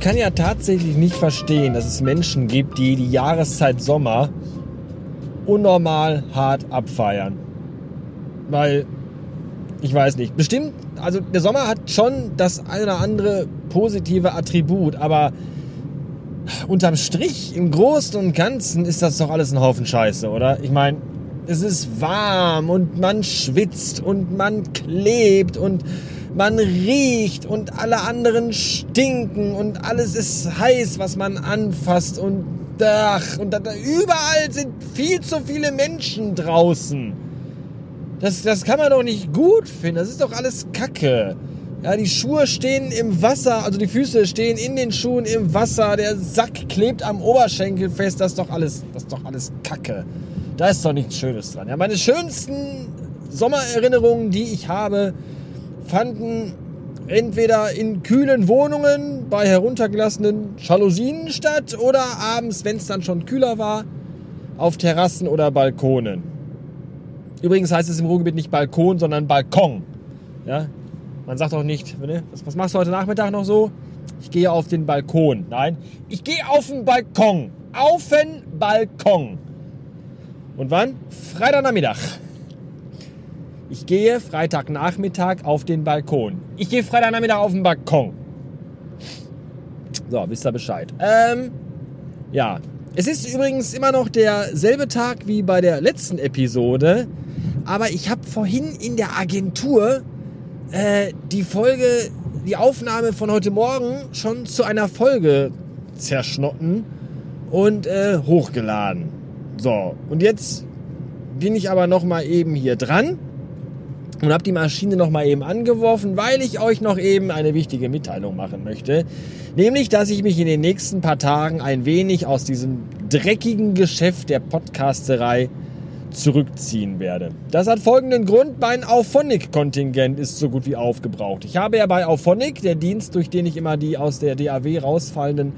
kann ja tatsächlich nicht verstehen, dass es Menschen gibt, die die Jahreszeit Sommer unnormal hart abfeiern. Weil, ich weiß nicht, bestimmt, also der Sommer hat schon das eine oder andere positive Attribut, aber unterm Strich, im Großen und Ganzen ist das doch alles ein Haufen Scheiße, oder? Ich meine, es ist warm und man schwitzt und man klebt und man riecht und alle anderen stinken und alles ist heiß, was man anfasst und überall sind viel zu viele Menschen draußen. Das kann man doch nicht gut finden, das ist doch alles Kacke. Ja, die Schuhe stehen im Wasser, also die Füße stehen in den Schuhen im Wasser, der Sack klebt am Oberschenkel fest, das ist doch alles Kacke. Da ist doch nichts Schönes dran. Ja, meine schönsten Sommererinnerungen, die ich habe, fanden entweder in kühlen Wohnungen bei heruntergelassenen Jalousien statt oder abends, wenn es dann schon kühler war, auf Terrassen oder Balkonen. Übrigens heißt es im Ruhrgebiet nicht Balkon, sondern Balkon. Ja? Man sagt auch nicht, was machst du heute Nachmittag noch so? Ich gehe auf den Balkon. Nein, ich gehe auf den Balkon. Auf den Balkon. Und wann? Freitagnachmittag. Ich gehe Freitagnachmittag auf den Balkon. Ich gehe Freitagnachmittag auf den Balkon. So, wisst ihr Bescheid. Ja. Es ist übrigens immer noch derselbe Tag wie bei der letzten Episode. Aber ich habe vorhin in der Agentur die Aufnahme von heute Morgen schon zu einer Folge zerschnotten und hochgeladen. So, und jetzt bin ich aber nochmal eben hier dran und habe die Maschine nochmal eben angeworfen, weil ich euch noch eben eine wichtige Mitteilung machen möchte. Nämlich, dass ich mich in den nächsten paar Tagen ein wenig aus diesem dreckigen Geschäft der Podcasterei zurückziehen werde. Das hat folgenden Grund: mein Auphonic-Kontingent ist so gut wie aufgebraucht. Ich habe ja bei Auphonic, der Dienst, durch den ich immer die aus der DAW rausfallenden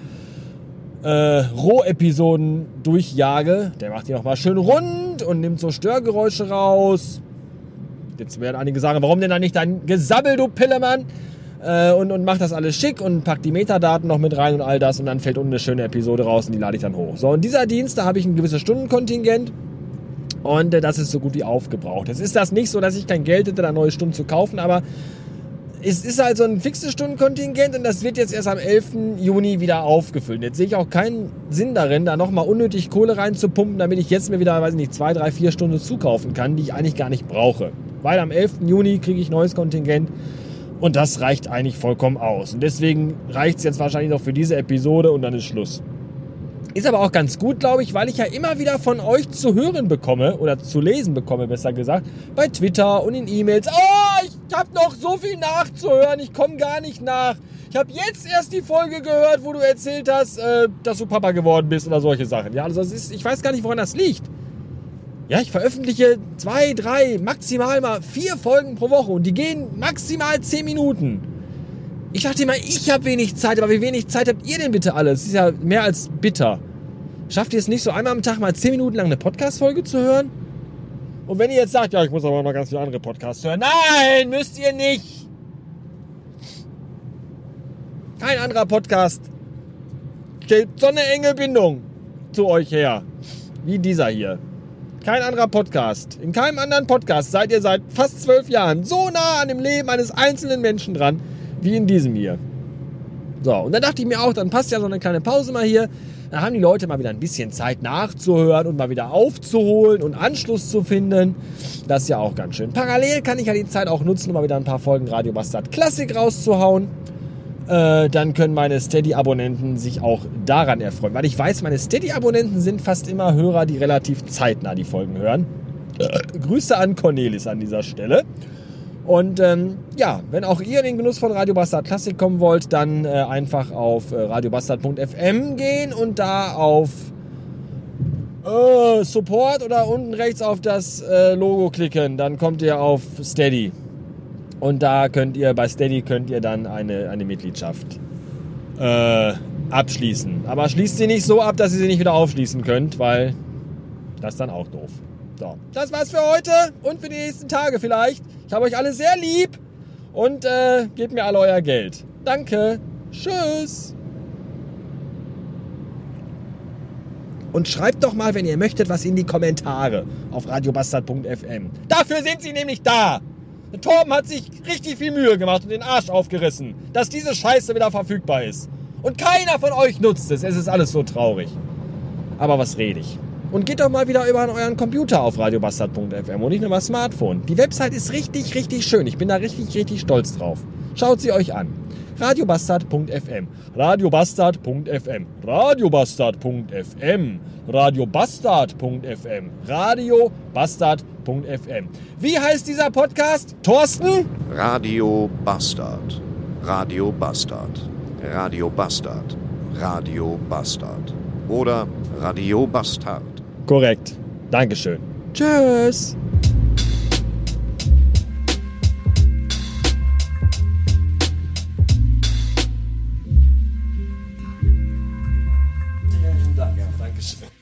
Rohepisoden durchjage, der macht die nochmal schön rund und nimmt so Störgeräusche raus. Jetzt werden einige sagen, warum denn da nicht dein Gesabbel, du Pillemann? Und macht das alles schick und packt die Metadaten noch mit rein und all das und dann fällt unten eine schöne Episode raus und die lade ich dann hoch. So, und dieser Dienst, da habe ich ein gewisses Stundenkontingent und das ist so gut wie aufgebraucht. Jetzt ist das nicht so, dass ich kein Geld hätte, da neue Stunden zu kaufen, aber es ist halt so ein fixes Stundenkontingent und das wird jetzt erst am 11. Juni wieder aufgefüllt. Jetzt sehe ich auch keinen Sinn darin, da nochmal unnötig Kohle reinzupumpen, damit ich jetzt mir wieder, weiß ich nicht, 2, 3, 4 Stunden zukaufen kann, die ich eigentlich gar nicht brauche. Weil am 11. Juni kriege ich neues Kontingent und das reicht eigentlich vollkommen aus. Und deswegen reicht es jetzt wahrscheinlich noch für diese Episode und dann ist Schluss. Ist aber auch ganz gut, glaube ich, weil ich ja immer wieder von euch zu hören bekomme, oder zu lesen bekomme, besser gesagt, bei Twitter und in E-Mails. Oh, ich habe noch so viel nachzuhören, ich komme gar nicht nach. Ich habe jetzt erst die Folge gehört, wo du erzählt hast, dass du Papa geworden bist oder solche Sachen. Ja, also ich weiß gar nicht, woran das liegt. Ja, ich veröffentliche 2, 3, maximal mal 4 Folgen pro Woche und die gehen maximal 10 Minuten. Ich dachte immer, ich habe wenig Zeit, aber wie wenig Zeit habt ihr denn bitte alle? Das ist ja mehr als bitter. Schafft ihr es nicht, so einmal am Tag mal 10 Minuten lang eine Podcast-Folge zu hören? Und wenn ihr jetzt sagt, ja, ich muss aber noch ganz viele andere Podcasts hören. Nein, müsst ihr nicht. Kein anderer Podcast stellt so eine enge Bindung zu euch her, wie dieser hier. Kein anderer Podcast. In keinem anderen Podcast seid ihr seit fast 12 Jahren so nah an dem Leben eines einzelnen Menschen dran, wie in diesem hier. So, und dann dachte ich mir auch, dann passt ja so eine kleine Pause mal hier. Dann haben die Leute mal wieder ein bisschen Zeit nachzuhören und mal wieder aufzuholen und Anschluss zu finden. Das ist ja auch ganz schön. Parallel kann ich ja die Zeit auch nutzen, um mal wieder ein paar Folgen Radio Bastard Classic rauszuhauen. Dann können meine Steady-Abonnenten sich auch daran erfreuen. Weil ich weiß, meine Steady-Abonnenten sind fast immer Hörer, die relativ zeitnah die Folgen hören. Grüße an Cornelis an dieser Stelle. Und ja, wenn auch ihr in den Genuss von Radio Bastard Classic kommen wollt, dann einfach auf radiobastard.fm gehen und da auf Support oder unten rechts auf das Logo klicken. Dann kommt ihr auf Steady. Und da bei Steady könnt ihr dann eine Mitgliedschaft abschließen. Aber schließt sie nicht so ab, dass ihr sie nicht wieder aufschließen könnt, weil das ist dann auch doof. So, das war's für heute und für die nächsten Tage vielleicht. Ich habe euch alle sehr lieb und gebt mir alle euer Geld. Danke. Tschüss. Und schreibt doch mal, wenn ihr möchtet, was in die Kommentare auf radiobastard.fm. Dafür sind sie nämlich da. Der Torben hat sich richtig viel Mühe gemacht und den Arsch aufgerissen, dass diese Scheiße wieder verfügbar ist. Und keiner von euch nutzt es. Es ist alles so traurig. Aber was rede ich? Und geht doch mal wieder über euren Computer auf radiobastard.fm und nicht nur über Smartphone. Die Website ist richtig, richtig schön. Ich bin da richtig, richtig stolz drauf. Schaut sie euch an. radiobastard.fm, radiobastard.fm, radiobastard.fm, radiobastard.fm, radiobastard.fm. Wie heißt dieser Podcast, Thorsten? Radio Bastard, Radio Bastard, Radio Bastard, Radio Bastard oder Radio Bastard. Korrekt. Dankeschön. Tschüss. Dankeschön.